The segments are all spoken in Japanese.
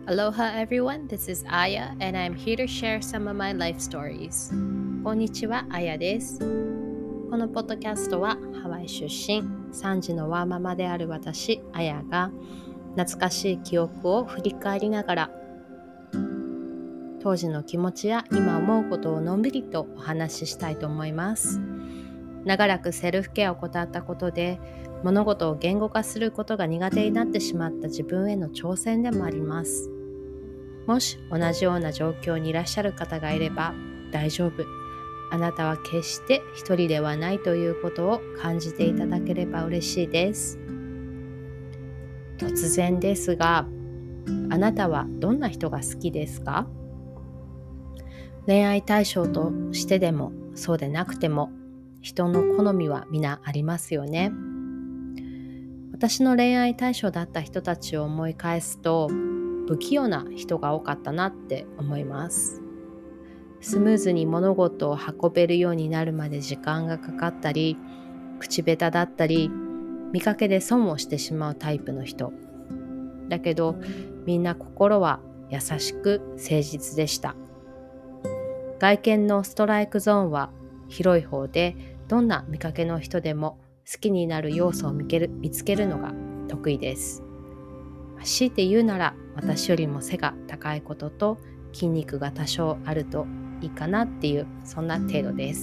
Aloha everyone, this is Aya and I'm here to share some of my life stories. こんにちは、あやです。このポッドキャストはハワイ出身、3児のワーママである私、あやが懐かしい記憶を振り返りながら当時の気持ちや今思うことをのんびりとお話ししたいと思います。長らくセルフケアを怠ったことで物事を言語化することが苦手になってしまった自分への挑戦でもあります。もし同じような状況にいらっしゃる方がいれば大丈夫。あなたは決して一人ではないということを感じていただければ嬉しいです。突然ですが、あなたはどんな人が好きですか？恋愛対象としてでもそうでなくても人の好みは皆ありますよね。私の恋愛対象だった人たちを思い返すと不器用な人が多かったなって思います。スムーズに物事を運べるようになるまで時間がかかったり、口下手だったり、見かけで損をしてしまうタイプの人。だけどみんな心は優しく誠実でした。外見のストライクゾーンは広い方で、どんな見かけの人でも好きになる要素を見つけるのが得意です。強いて言うなら私よりも背が高いことと筋肉が多少あるといいかなっていう、そんな程度です。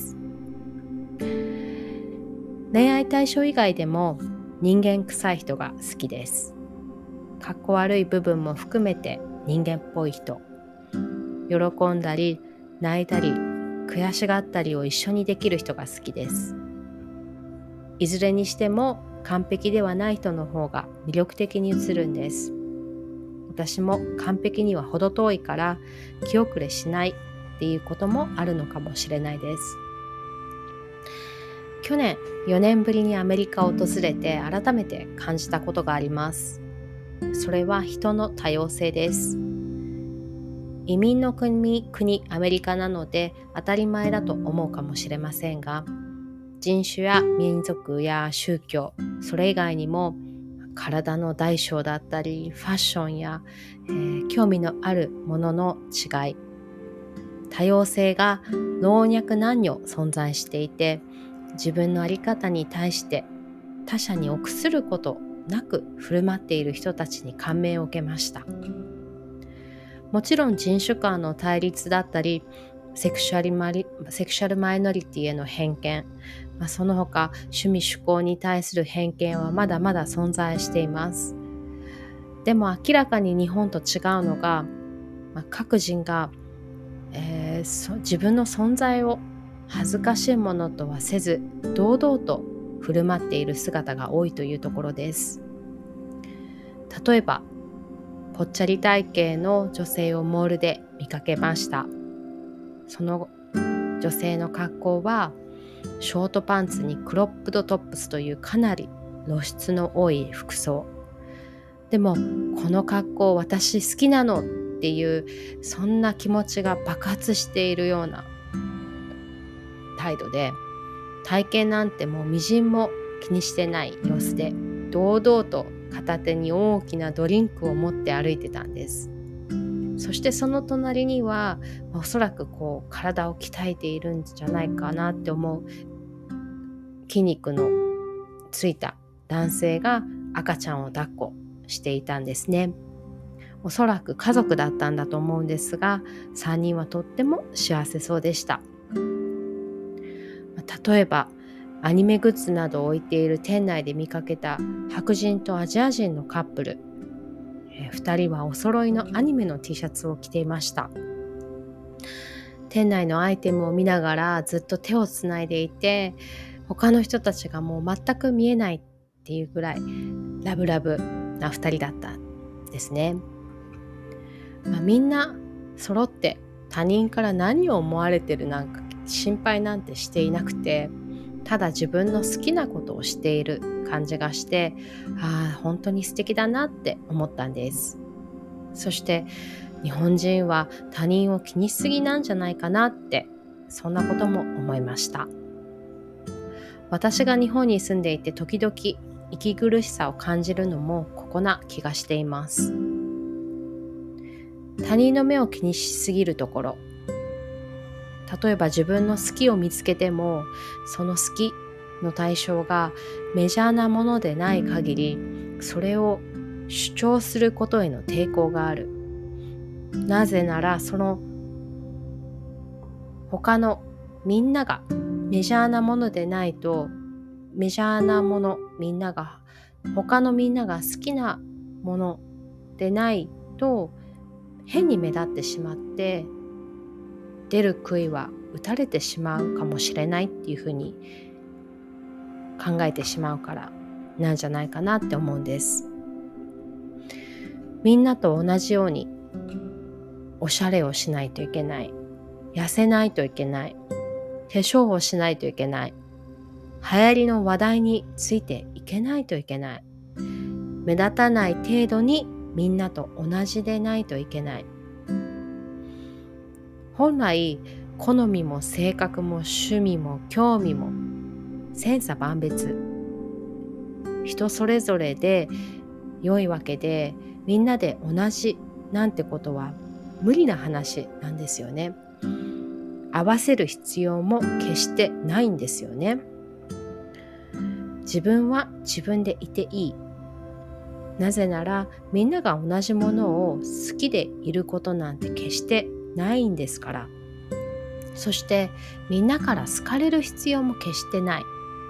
恋愛対象以外でも人間臭い人が好きです。かっこ悪い部分も含めて人間っぽい人、喜んだり泣いたり悔しがったりを一緒にできる人が好きです。いずれにしても完璧ではない人の方が魅力的に映るんです。私も完璧には程遠いから気遅れしないっていうこともあるのかもしれないです。去年4年ぶりにアメリカを訪れて改めて感じたことがあります。それは人の多様性です。移民の国アメリカなので当たり前だと思うかもしれませんが、人種や民族や宗教、それ以外にも体の大小だったりファッションや、興味のあるものの違い、多様性が老若男女存在していて、自分の在り方に対して他者に臆することなく振る舞っている人たちに感銘を受けました。もちろん人種間の対立だったりセクシャルマイノリティへの偏見、その他趣味趣向に対する偏見はまだまだ存在しています。でも明らかに日本と違うのが、各人が、自分の存在を恥ずかしいものとはせず堂々と振る舞っている姿が多いというところです。例えばぽっちゃり体型の女性をモールで見かけました。その女性の格好はショートパンツにクロップドトップスというかなり露出の多い服装。でもこの格好私好きなのっていうそんな気持ちが爆発しているような態度で、体型なんてもうみじんも気にしてない様子で堂々と片手に大きなドリンクを持って歩いてたんです。そしてその隣にはおそらく体を鍛えているんじゃないかなって思う筋肉のついた男性が赤ちゃんを抱っこしていたんですね。おそらく家族だったんだと思うんですが、3人はとっても幸せそうでした。例えばアニメグッズなどを置いている店内で見かけた白人とアジア人のカップル、2人はお揃いのアニメの T シャツを着ていました。店内のアイテムを見ながらずっと手をつないでいて、他の人たちがもう全く見えないっていうぐらいラブラブな2人だったんですね。みんな揃って他人から何を思われてるなんか心配なんてしていなくて、ただ自分の好きなことをしている感じがして、本当に素敵だなって思ったんです。そして日本人は他人を気にしすぎなんじゃないかなって、そんなことも思いました。私が日本に住んでいて時々息苦しさを感じるのもここな気がしています。 他人の目を気にしすぎるところ、例えば自分の好きを見つけても、その好きの対象がメジャーなものでない限り、それを主張することへの抵抗がある。なぜならその他のみんながメジャーなものでないと、メジャーなもの、他のみんなが好きなものでないと変に目立ってしまって、出る杭は打たれてしまうかもしれないっていうふうに考えてしまうからなんじゃないかなって思うんです。みんなと同じようにおしゃれをしないといけない、痩せないといけない、化粧をしないといけない、流行りの話題についていけないといけない、目立たない程度にみんなと同じでないといけない。本来好みも性格も趣味も興味も千差万別、人それぞれで良いわけで、みんなで同じなんてことは無理な話なんですよね。合わせる必要も決してないんですよね。自分は自分でいていい。なぜならみんなが同じものを好きでいることなんて決してないんですから。そしてみんなから好かれる必要も決してない。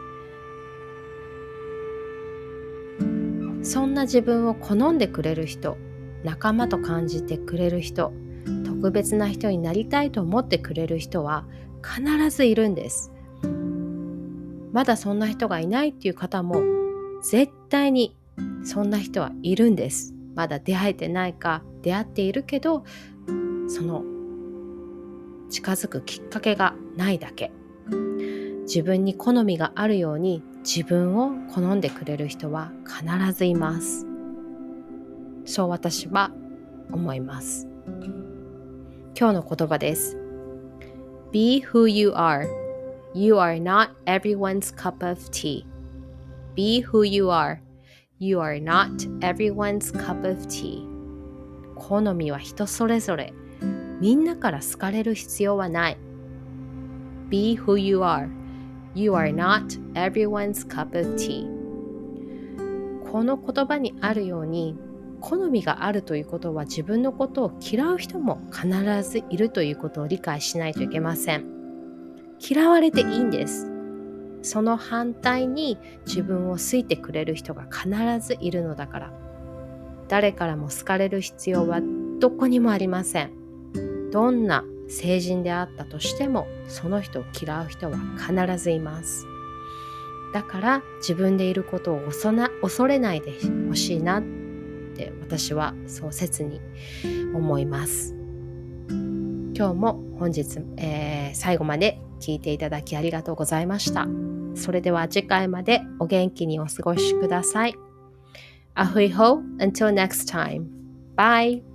そんな自分を好んでくれる人、仲間と感じてくれる人、特別な人になりたいと思ってくれる人は必ずいるんです。まだそんな人がいないっていう方も絶対にそんな人はいるんです。まだ出会えてないか、出会っているけどその近づくきっかけがないだけ。自分に好みがあるように自分を好んでくれる人は必ずいます。そう私は思います。今日の言葉です。Be who you are. You are not everyone's cup of tea. Be who you are. You are not everyone's cup of tea. 好みは人それぞれ。みんなから好かれる必要はない。Be who you are. You are not everyone's cup of tea. この言葉にあるように、好みがあるということは自分のことを嫌う人も必ずいるということを理解しないといけません。嫌われていいんです。その反対に自分を好いてくれる人が必ずいるのだから。誰からも好かれる必要はどこにもありません。どんな聖人であったとしても、その人を嫌う人は必ずいます。だから自分でいることを恐れないでほしいなって私はそう切に思います。今日も本日、最後まで聞いていただきありがとうございました。それでは次回までお元気にお過ごしください。アフイホー until next time. Bye!